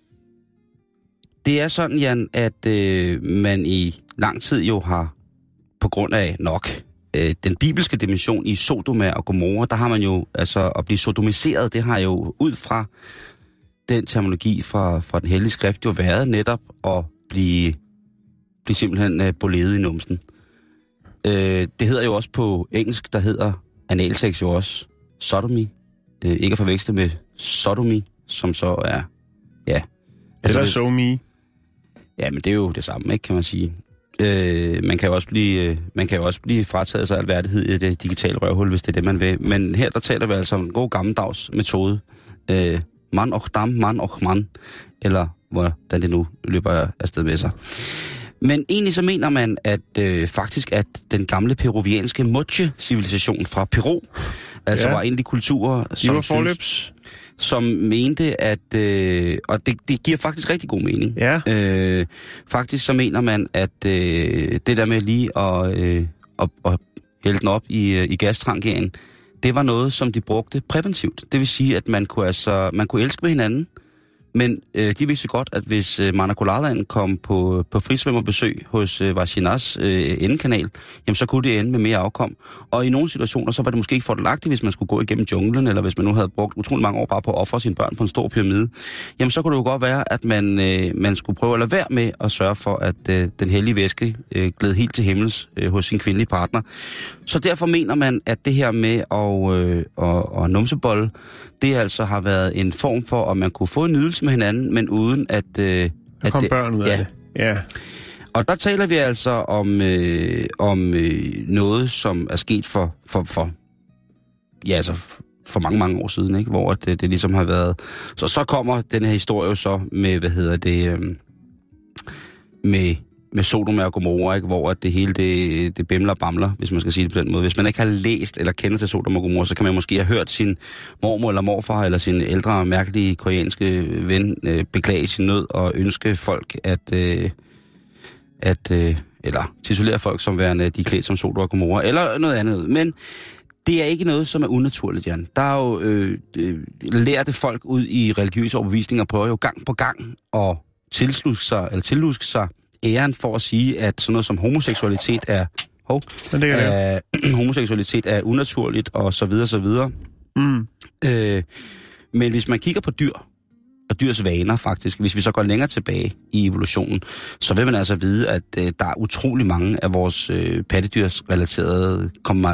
det er sådan, Jan, at man i lang tid jo har, på grund af nok den bibelske dimension i Sodoma og Gomorra, der har man jo, altså at blive sodomiseret, det har jo ud fra den terminologi fra den hellige skrift jo været netop at blive simpelthen boledet i numsen. Det hedder jo også på engelsk, der hedder analsex jo også sodomy. Ikke at forveksle med sodomy, som så er, ja. Altså, eller so me. Ja, men det er jo det samme, ikke, kan man sige. Man kan jo også blive frataget sig al værdighed i det digitale røvhul, hvis det er det, man vil. Men her, der taler vi altså om en god gammeldags metode. Man och dam, man och man. Eller hvordan det nu løber afsted med sig. Men egentlig så mener man, at faktisk at den gamle peruvianske moche-civilisation fra Peru, altså var en af de kulturer, som mente, at og det giver faktisk rigtig god mening. Ja. Faktisk så mener man, at det der med lige at hælde den op i gastrankeren, det var noget, som de brugte præventivt. Det vil sige, at man kunne elske med hinanden, men de vidste godt, at hvis Manacoladaen kom på frisvømmerbesøg hos Vaginas endekanal, jamen så kunne det ende med mere afkom. Og i nogle situationer, så var det måske ikke fordelagtigt, hvis man skulle gå igennem junglen, eller hvis man nu havde brugt utrolig mange år bare på at ofre sine børn på en stor pyramide. Jamen så kunne det jo godt være, at man skulle prøve at lade være med at sørge for, at den hellige væske gled helt til himmels hos sin kvindelige partner. Så derfor mener man, at det her med at numsebolle, det altså har været en form for, at man kunne få en nydelse med hinanden, men uden at der kom børn ud af det. Ja. Og der taler vi altså om noget, som er sket for mange år siden, ikke? Hvor det ligesom har været. Så kommer den her historie jo så med, med Sodoma og Gomorra, ikke? Hvor det hele det bimler og bamler, hvis man skal sige det på den måde. Hvis man ikke har læst eller kender til Sodoma og Gomorra, så kan man måske have hørt sin mormor eller morfar eller sin ældre, mærkelige koreanske ven beklage sin nød og ønske folk eller titulere folk som værende de klædt som Sodoma og Gomorra eller noget andet. Men det er ikke noget, som er unaturligt, Jan. Der er jo lærte folk ud i religiøse overbevisninger prøver jo gang på gang at tilluske sig æren for at sige, at sådan noget som homoseksualitet er unaturligt og så videre, så videre. Men hvis man kigger på dyr, og dyrs vaner faktisk, hvis vi så går længere tilbage i evolutionen, så vil man altså vide, at der er utrolig mange af vores pattedyrsrelaterede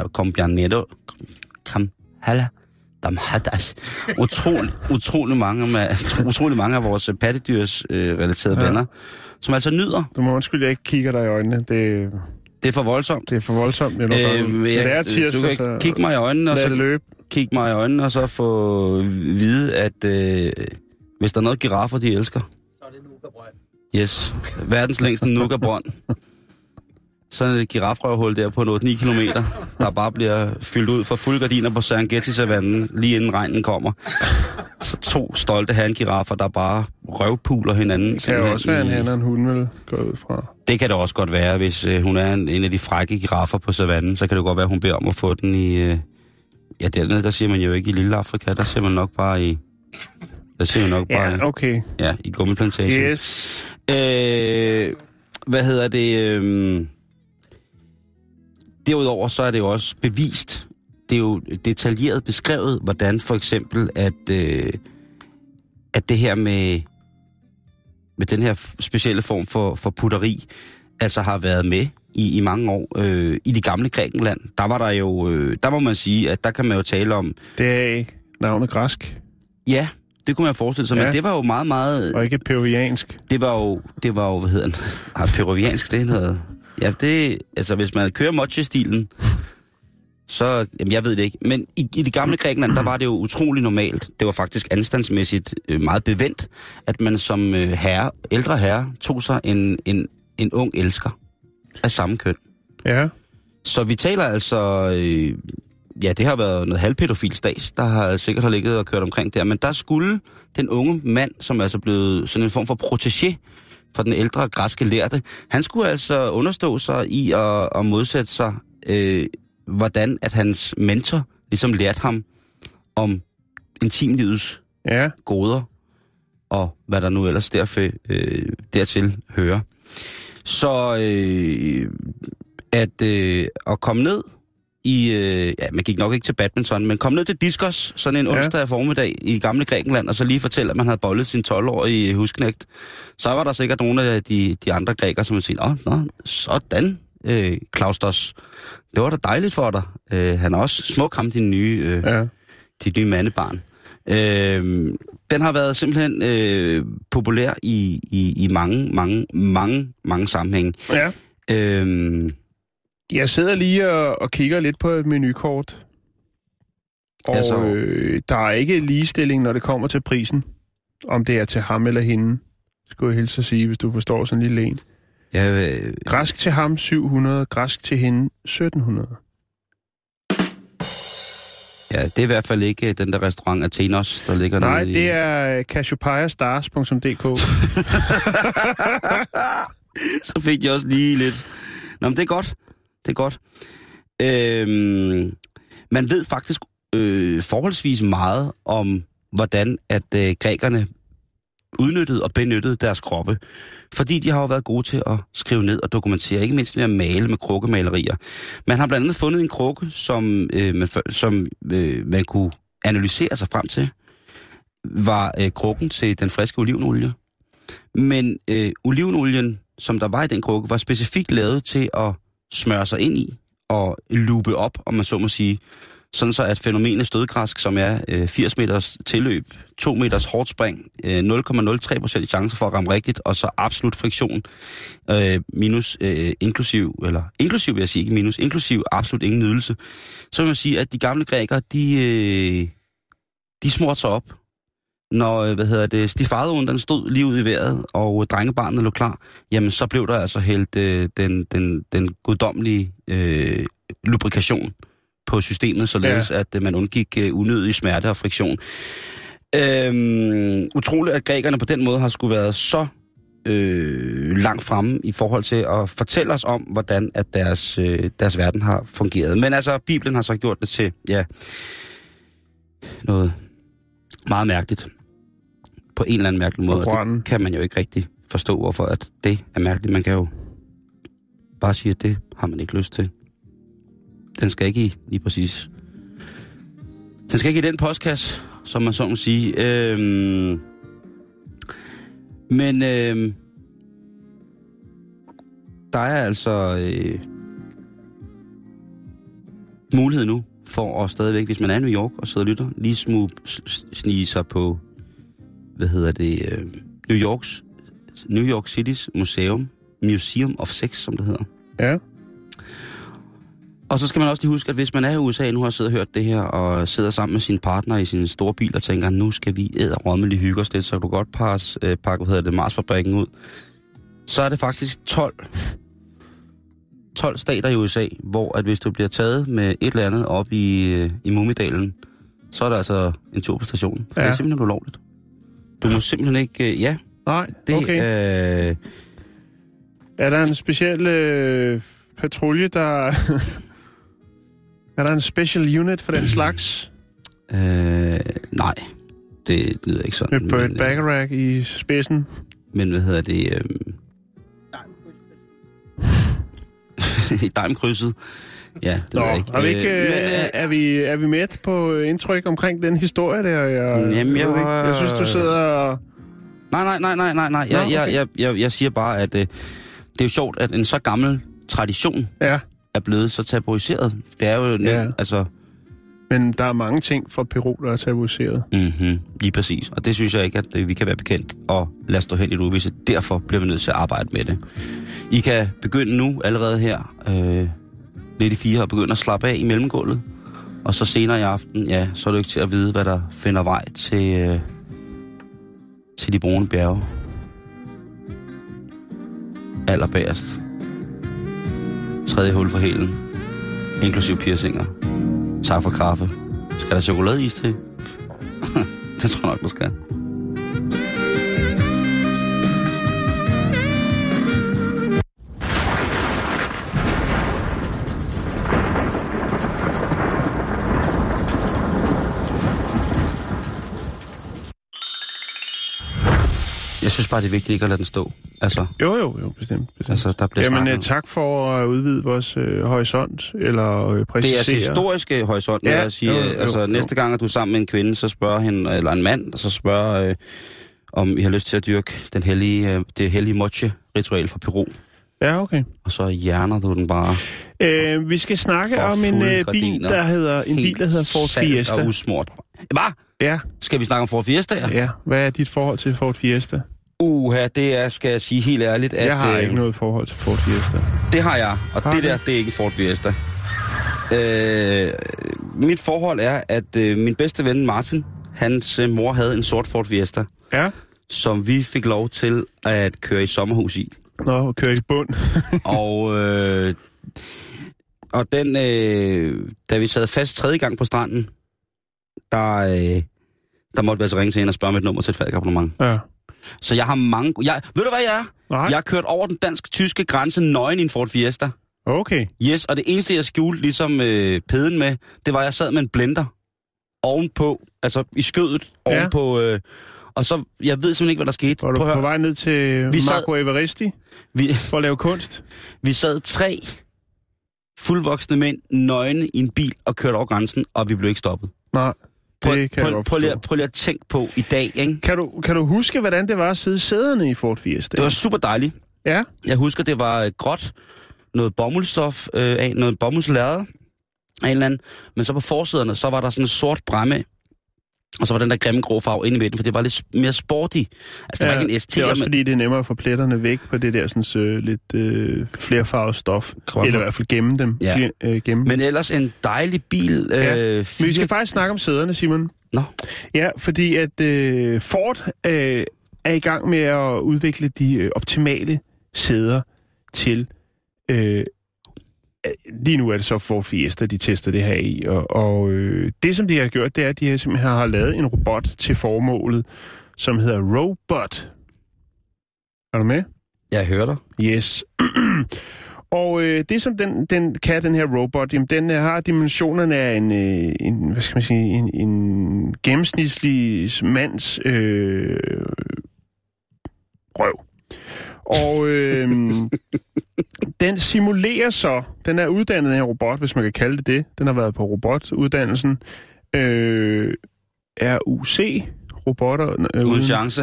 utrolig mange af vores pattedyrsrelaterede venner, som altså nyder. Du må undskylde, jeg ikke kigger dig i øjnene. Det er for voldsomt. Det er for voldsomt. Det er tirsdag, du kan kigge mig i øjnene, og så kigge mig i øjnene, og så få vide, at hvis der er noget giraffer, de elsker. Så er det Nugabrønd. Yes. Verdens længste Nugabrønd. Så er det et girafrøvhul der på 8-9 kilometer, der bare bliver fyldt ud for fulde gardiner på Serengeti-savannen, lige inden regnen kommer. Så 2 stolte han-giraffer, der bare røvpuler hinanden. Det kan jo også være en han og en hund, vil gå ud fra. Det kan det også godt være, hvis hun er en af de frække giraffer på savannen, så kan det godt være, at hun beder om at få den i... ja, dernede, der siger man jo ikke i Lille Afrika, der siger man nok bare i... Ja, okay. Ja, i gummiplantagen. Yes. Hvad hedder det... Derudover så er det jo også bevist, det er jo detaljeret beskrevet, hvordan for eksempel, at det her med den her specielle form for putteri, altså har været med i mange år. I det gamle Grækenland, der var der jo, der må man sige, at der kan man jo tale om... Det er navnet græsk. Ja, det kunne man forestille sig, men det var jo meget, meget... Og ikke peruviansk. Det var jo, hvad hedder den? Peruviansk, det er noget... Ja, det, altså hvis man kører moche-stilen, så, jamen jeg ved det ikke. Men i det gamle Grækenland, der var det jo utrolig normalt. Det var faktisk anstandsmæssigt meget bevendt, at man som ældre herre, tog sig en ung elsker af samme køn. Ja. Så vi taler altså, ja, det har været noget halvpædofil stats, der har sikkert ligget og kørt omkring der, men der skulle den unge mand, som er altså blevet sådan en form for protégé for den ældre græske lærte, han skulle altså understå sig i at modsætte sig, hvordan at hans mentor ligesom lærte ham om intimlivets goder, og hvad der nu ellers dertil hører. Så at komme ned i, man gik nok ikke til badminton, men kom ned til Diskos sådan en onsdag formiddag i gamle Grækenland, og så lige fortælle, at man havde bollet sin 12-årige husknægt. Så var der sikkert nogle af de andre grækere, som ville sige, sådan, Klaustos, det var da dejligt for dig. Han er også smuk ham, dit nye mandebarn. Den har været simpelthen populær i mange sammenhænge. Ja. Jeg sidder lige og kigger lidt på et menukort. Og der er ikke ligestilling, når det kommer til prisen. Om det er til ham eller hende, skulle jeg hilse at sige, hvis du forstår sådan en lille en. Græsk til ham 700, græsk til hende 1700. Ja, det er i hvert fald ikke den der restaurant Athenos, der ligger nede i... Nej, det er cassiopeiastars.dk. Så fik jeg også lige lidt... Nå, men det er godt. Det er godt. Man ved faktisk forholdsvis meget om, hvordan at grækerne udnyttede og benyttede deres kroppe. Fordi de har jo været gode til at skrive ned og dokumentere, ikke mindst ved at male med krukkemalerier. Man har blandt andet fundet en krukke, som man kunne analysere sig frem til, var krukken til den friske olivenolie. Men olivenolien, som der var i den krukke, var specifikt lavet til at smøre sig ind i og lupe op, om man så må sige. Sådan så at fænomenet stødgræsk, som er 80 meters tilløb, 2 meters hårdt spring, 0,03% chance for at ramme rigtigt, og så absolut friktion, minus inklusiv vil jeg sige, ikke minus, inklusiv absolut ingen nydelse. Så vil man sige, at de gamle grækere, de smurte sig op, når, stifadoen den stod lige ud i vejret, og drengebarnet lå klar, jamen så blev der altså hældt den guddommelige lubrikation på systemet, således at man undgik unødig smerte og friktion. Utroligt, at grækerne på den måde har skulle været så langt fremme i forhold til at fortælle os om, hvordan at deres verden har fungeret. Men altså, Bibelen har så gjort det til, noget meget mærkeligt. På en eller anden mærkelig måde. Og det kan man jo ikke rigtig forstå, hvorfor at det er mærkeligt. Man kan jo bare sige, at det har man ikke lyst til. Den skal ikke lige præcis. Den skal ikke i den postkasse, som man så må sige. Men der er altså mulighed nu for at stadigvæk, hvis man er i New York og sidder og lytter, lige snige sig på, New York City's Museum of Sex, som det hedder. Ja. Og så skal man også lige huske, at hvis man er i USA, nu har siddet og hørt det her, og sidder sammen med sin partner i sin store bil og tænker, nu skal vi æderrommelig hygge os lidt, så kan du godt pakke Marsfabrikken ud. Så er det faktisk 12 stater i USA, hvor at hvis du bliver taget med et eller andet op i Mumidalen, så er der altså en tur på stationen. For det er simpelthen ulovligt. Du må simpelthen ikke... Nej, det okay. Er der en speciel patrulje, der... Er der en special unit for den slags? Nej, det lyder ikke sådan. Med Burt Bacharach i spidsen? Men i Daimkrydset. Ja, det ved jeg ikke. Er vi med på indtryk omkring den historie der? Jeg synes, du sidder og... Nej. Jeg siger bare, at det er jo sjovt, at en så gammel tradition er blevet så tabuiseret. Det er jo... Altså... Men der er mange ting fra Peru, der er tabuiseret. Lige præcis. Og det synes jeg ikke, at vi kan være bekendt og lade stå hen i det uvisse. Derfor bliver vi nødt til at arbejde med det. I kan begynde nu, allerede her, lidt i 4, og begynde at slappe af i mellemgulvet. Og så senere i aften, så er du ikke til at vide, hvad der finder vej til de brune bjerge. Allerbærest. 3. hul for hælen. Inklusiv piercinger. Tak for kaffe. Skal der chokoladeis til? Det tror jeg nok, du skal. Jeg synes bare, det er vigtigt ikke at lade den stå. Altså, jo, bestemt. Altså, der bliver tak for at udvide vores horisont, eller præcisere. Det er altså historiske horisont, vil jeg sige. Næste gang, at du er sammen med en kvinde, så spørger hende, eller en mand, så spørger, om I har lyst til at dyrke det hellige moche-ritual fra Peru. Ja, okay. Og så hjerner du den bare. Vi skal snakke om en bil, der hedder Ford Fiesta. Og usmurt. Hvad? Ja. Skal vi snakke om Ford Fiesta? Ja. Hvad er dit forhold til Ford Fiesta? Det er, skal jeg sige helt ærligt, at... Jeg har ikke noget forhold til Ford Fiesta. Det har jeg, og det er ikke Ford Fiesta. Mit forhold er, at min bedste ven Martin, hans mor havde en sort Ford Fiesta. Ja. Som vi fik lov til at køre i sommerhus i. Nå, køre i bund. og den, da vi sad fast 3. gang på stranden, der måtte vi altså ringe til hende og spørge med et nummer til et faldabonnement. Ja. Så jeg har mange... ved du, hvad jeg er? Nej. Jeg har kørt over den dansk-tyske grænse nøgen i en Ford Fiesta. Okay. Yes, og det eneste, jeg skjulte ligesom pæden med, det var, at jeg sad med en blender ovenpå, altså i skødet ovenpå... og så, jeg ved simpelthen ikke, hvad der skete. Var du på vej ned til Marco Everesti for at lave kunst? Vi sad 3 fuldvoksne mænd nøgne i en bil og kørte over grænsen, og vi blev ikke stoppet. Nej. Prøv lige at tænke på i dag, ikke? Kan du huske, hvordan det var at sidde sæderne i Ford Fiesta? Det var super dejligt. Ja. Jeg husker, det var gråt, noget bomuldstof, noget bomuldslærred af en eller anden. Men så på forsæderne, så var der sådan en sort bræmme, og så var den der grimme grå farve inde i midten, for det var lidt mere sporty. Altså, det var ikke en ST. Det er også fordi, det er nemmere at få pletterne væk på det der sådan lidt flerfarvet stof. Eller i hvert fald gemme dem. Ja. Men ellers en dejlig bil. Men vi skal faktisk snakke om sæderne, Simon. Nå. Ja, fordi at Ford er i gang med at udvikle de optimale sæder til... Lige nu er det så Ford Fiesta, de tester det her i, og det, som de har gjort, det er, at de simpelthen har lavet en robot til formålet, som hedder Robot. Er du med? Jeg hører dig. Yes. Og det, som den kan, den her robot, jamen, den har dimensionerne af en hvad skal man sige, en gennemsnitlig mands røv. Og den simulerer så, den er uddannet, den her robot, hvis man kan kalde det. Den har været på robotuddannelsen. RUC, robotter. Uden chance.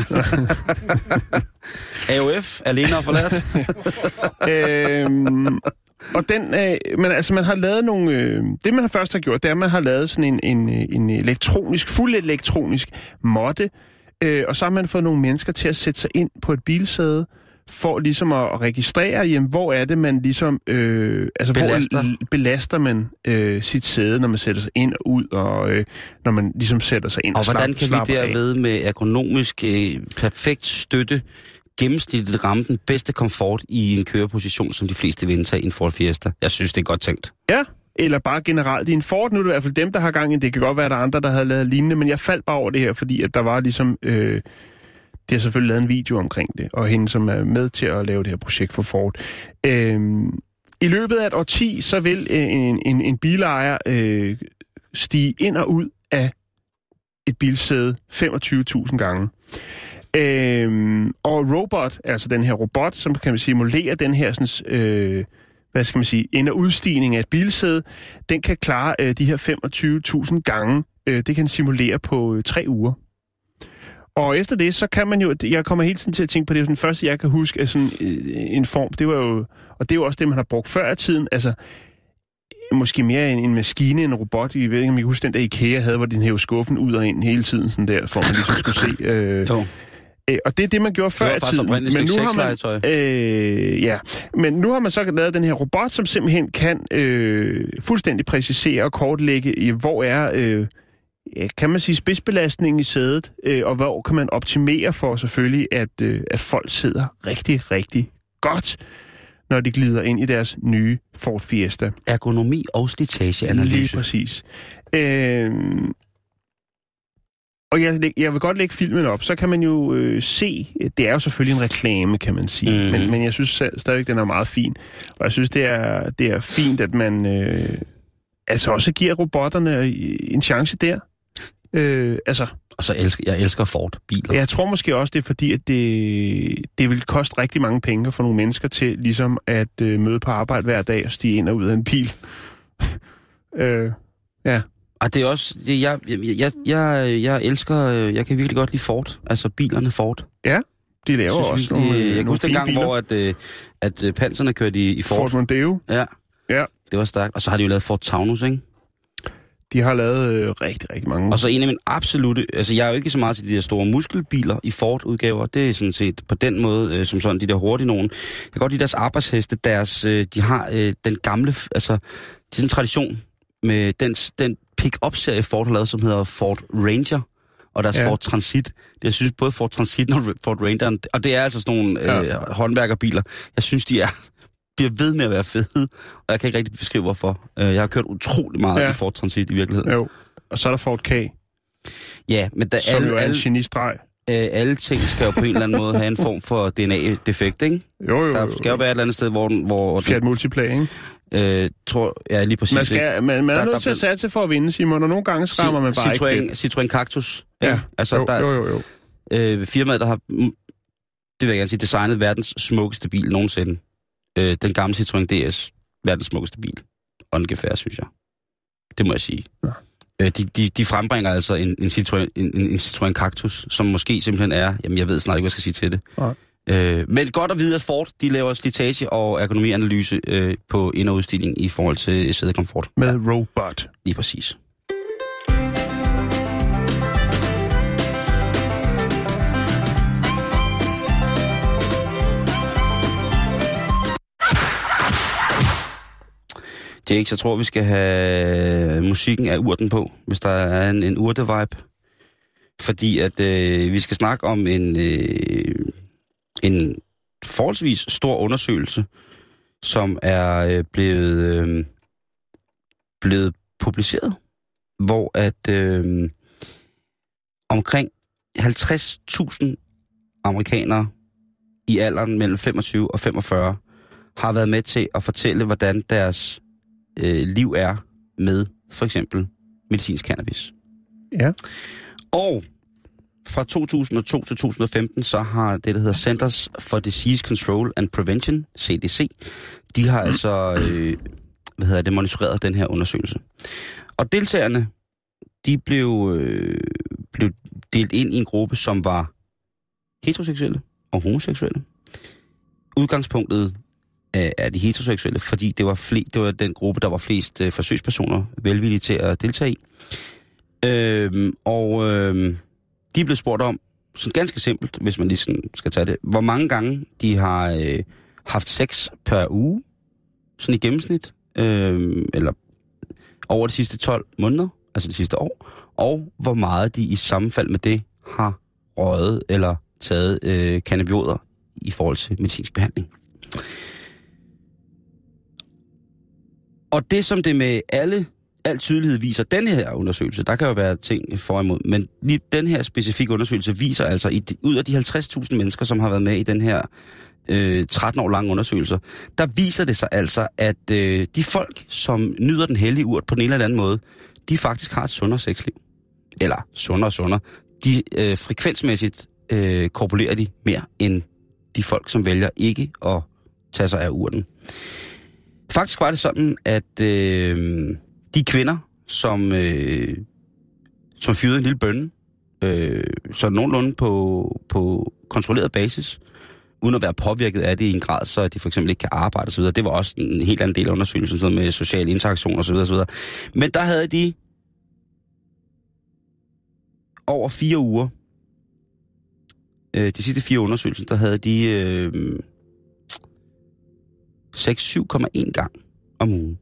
AOF, alene og forladt. Og den, men altså man har lavet nogle, det man først har gjort, det er, at man har lavet sådan en elektronisk, fuld elektronisk måtte, og så har man fået nogle mennesker til at sætte sig ind på et bilsæde, for ligesom at registrere, jamen, hvor er det, man ligesom, hvor belaster man sit sæde, når man sætter sig ind og ud, og når man ligesom sætter sig ind og hvordan kan vi derved med ergonomisk perfekt støtte gennemsnitligt ramme den bedste komfort i en køreposition, som de fleste vil indtage i en Ford Fiesta? Jeg synes, det er godt tænkt. Ja, eller bare generelt i en Ford. Nu er det i hvert fald dem, der har gang i det. kan godt være, at der er andre, der havde lavet lignende, men jeg faldt bare over det her, fordi at der var ligesom... Det har selvfølgelig lavet en video omkring det, og hende, som er med til at lave det her projekt for Ford. I løbet af et årti, så vil en bilejer stige ind og ud af et bilsæde 25.000 gange. Og robot, altså den her robot, som kan man simulere den her sådan, ind- og udstigning af et bilsæde, den kan klare de her 25.000 gange. Det kan simulere på 3 uger. Og efter det, så kan man jo... Jeg kommer hele tiden til at tænke på det. Den første, jeg kan huske, er sådan en form. Det var jo... Og det er jo også det, man har brugt før i tiden. Altså, måske mere en maskine, en robot. Jeg ved ikke, om I kan huske den der IKEA havde, hvor den hævde skuffen ud og ind hele tiden, sådan der, for man ligesom skulle se... Og det er det, man gjorde før i tiden. Men nu har man, men nu har man så lavet den her robot, som simpelthen kan fuldstændig præcisere og kortlægge, hvor er... kan man sige, spidsbelastningen i sædet, og hvor kan man optimere for selvfølgelig, at folk sidder rigtig, rigtig godt, når de glider ind i deres nye Ford Fiesta. Ergonomi og slitageanalyse. Lige præcis. Og jeg vil godt lægge filmen op, så kan man jo se, det er jo selvfølgelig en reklame, kan man sige, men jeg synes stadigvæk, den er meget fin. Og jeg synes, det er fint, at man altså også giver robotterne en chance der. Og så jeg elsker Ford-biler. Jeg tror måske også, det er fordi, at det vil koste rigtig mange penge for nogle mennesker til ligesom at møde på arbejde hver dag og stige ind og ud af en bil. Ja. Og det er også... Jeg elsker... Jeg kan virkelig godt lide Ford. Altså bilerne Ford. Ja, de laver også nogle jeg kan huske dengang, biler. Hvor at Panzerne kørte i Ford. Ford Mondeo. Ja. Ja. Det var stærkt. Og så har de jo lavet Ford Taunus, ikke? De har lavet rigtig, rigtig mange. Og så en af mine absolutte... Altså, jeg er jo ikke så meget til de der store muskelbiler i Ford-udgaver. Det er sådan set på den måde, som sådan de der hurtige nogen. Jeg kan godt lide deres arbejdsheste. De har den gamle... Altså, det er sådan en tradition med den pick-up-serie Ford har lavet, som hedder Ford Ranger. Og deres Ford Transit. Jeg synes både Ford Transit og Ford Ranger... Og det er altså sådan nogle håndværkerbiler. Jeg synes, de bliver ved med at være fede, og jeg kan ikke rigtig beskrive, hvorfor. Jeg har kørt utrolig meget i Ford Transit i virkeligheden. Jo, og så er der Ford K. Ja, men der som jo er en genistreg. Alle ting skal jo på en eller anden måde have en form for DNA-defekt, ikke? Jo. Der skal jo være et eller andet sted, hvor Fiat Multipla, ikke? Tror jeg lige præcis. Man er nødt til at satse for at vinde, Simon, og nogle gange skræmmer man bare ikke. Citroën Cactus. Ja, altså, jo. Firmaet, der har, det vil jeg gerne sige, designet verdens smukkeste bil nogensinde. Den gamle Citroën DS, verdens smukkeste bil. Ungefær, synes jeg. Det må jeg sige. Ja. De frembringer altså en Citroën Cactus, som måske simpelthen er... Jamen, jeg ved snart ikke, hvad jeg skal sige til det. Ja. Men godt at vide, at Ford, de laver slitage- og ergonomianalyse på ind- og udstilling i forhold til sædekomfort. Med robot. Lige præcis. Jake, jeg tror, vi skal have musikken af urten på, hvis der er en urte-vibe. Fordi at vi skal snakke om en forholdsvis stor undersøgelse, som er blevet publiceret, hvor at omkring 50.000 amerikanere i alderen mellem 25 og 45 har været med til at fortælle, hvordan deres liv er med for eksempel medicinsk cannabis. Ja. Og fra 2002 til 2015, så har det, der hedder Centers for Disease Control and Prevention, CDC, de har altså monitoreret den her undersøgelse. Og deltagerne, de blev delt ind i en gruppe, som var heteroseksuelle og homoseksuelle. Udgangspunktet af de heteroseksuelle, fordi det var den gruppe, der var flest forsøgspersoner velvillige til at deltage i. De blev spurgt om, sådan ganske simpelt, hvis man lige sådan skal tage det, hvor mange gange de har haft sex per uge, sådan i gennemsnit, eller over de sidste 12 måneder, altså de sidste år, og hvor meget de i sammenfald med det har røget eller taget cannabinoider i forhold til medicinsk behandling. Og det, som det med al tydelighed viser, den her undersøgelse, der kan jo være ting for og imod, men lige den her specifikke undersøgelse viser altså, ud af de 50.000 mennesker, som har været med i den her 13 år lange undersøgelser, der viser det sig altså, at de folk, som nyder den hellige urt på den ene eller anden måde, de faktisk har et sundere sexliv. Eller sundere. De frekvensmæssigt korpulerer de mere end de folk, som vælger ikke at tage sig af urten. Faktisk var det sådan, at de kvinder, som fyrede en lille bønne, så nogenlunde på kontrolleret basis, uden at være påvirket af det i en grad, så at de for eksempel ikke kan arbejde osv. Det var også en helt anden del af undersøgelsen, sådan med social interaktion osv. Men der havde de over 4 uger, de sidste 4 undersøgelser, der havde de 7,1 gang om ugen.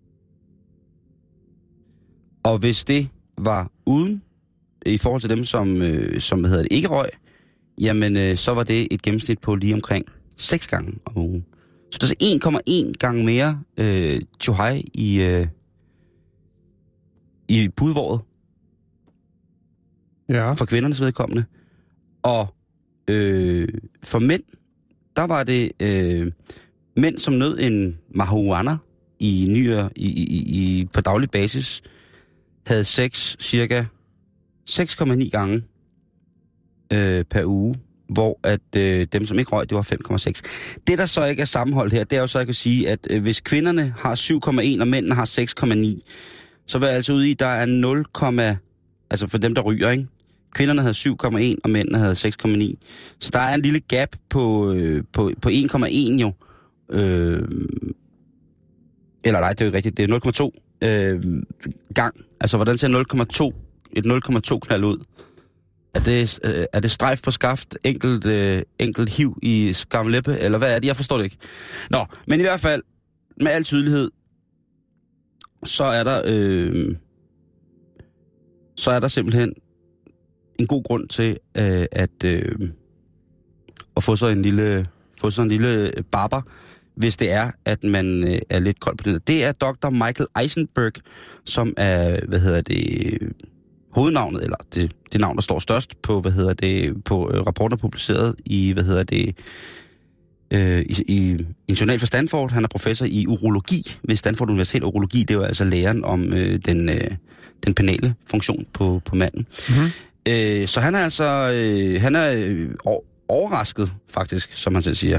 Og hvis det var uden, i forhold til dem, som ikke røg, jamen så var det et gennemsnit på lige omkring 6 gange om ugen. Så det er 1,1 gange mere tjohej i budvåret. Ja. For kvindernes vedkommende. Og for mænd, der var det mænd, som nød en marihuana på daglig basis, havde sex cirka 6,9 gange per uge, hvor at dem, som ikke røg, det var 5,6. Det, der så ikke er sammenholdt her, det er jo så, jeg kan sige, at hvis kvinderne har 7,1, og mændene har 6,9, så vil jeg altså ude i, der er 0, altså for dem, der ryger, ikke? Kvinderne havde 7,1, og mændene havde 6,9. Så der er en lille gap på 1,1 jo. Eller nej, det er jo ikke rigtigt, det er 0,2 gang. Altså, hvordan ser 0,2 knald ud? Er det strejf på skaft, enkelt hiv i skamlæppe, eller hvad er det? Jeg forstår det ikke. Nå, men i hvert fald, med al tydelighed, så er der simpelthen en god grund til at få så en lille barber, hvis det er, at man er lidt kold på det. Det er Dr. Michael Eisenberg, som er, hovednavnet, eller det navn, der står størst på, på rapporter publiceret i, i journal for Stanford. Han er professor i urologi ved Stanford Universitet. Urologi, det er jo altså læren om den penale funktion på manden. Mm-hmm. Så han er altså overrasket, faktisk, som han selv siger.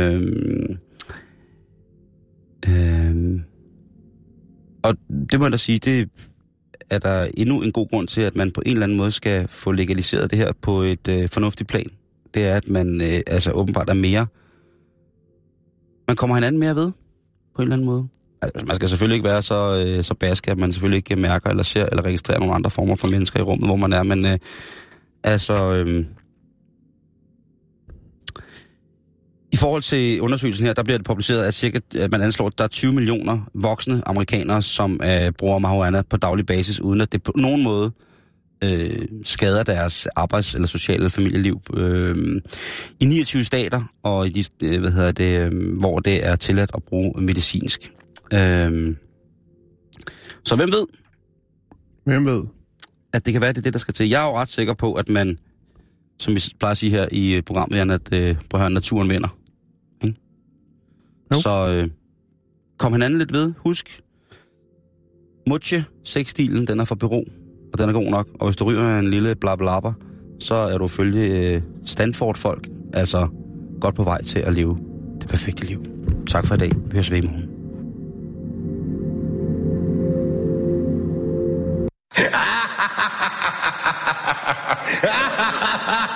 Og det må jeg da sige, det er der endnu en god grund til, at man på en eller anden måde skal få legaliseret det her på et fornuftigt plan. Det er, at man åbenbart er mere... Man kommer hinanden mere ved, på en eller anden måde. Altså, man skal selvfølgelig ikke være så baske, at man selvfølgelig ikke mærker eller ser eller registrerer nogle andre former for mennesker i rummet, hvor man er, men i forhold til undersøgelsen her, der bliver det publiceret, at man anslår, at der er 20 millioner voksne amerikanere, som bruger marihuana på daglig basis, uden at det på nogen måde skader deres arbejds- eller sociale eller familieliv. I 29 stater, og i de, hvor det er tilladt at bruge medicinsk. Så hvem ved? Hvem ved? At det kan være, det er det, der skal til. Jeg er jo ret sikker på, at man, som vi plejer at sige her i programmet, at på at høre, naturen vinder. Ikke? Så kom hinanden lidt ved. Husk, Moche, sexstilen, den er for bureau, og den er god nok. Og hvis du ryger en lille blablabber, så er du følge Stanford-folk, altså godt på vej til at leve det perfekte liv. Tak for i dag. Vi høres ved i morgen.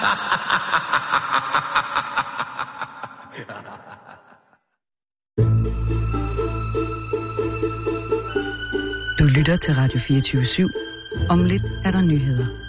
Du lytter til Radio 24/7. Om lidt er der nyheder.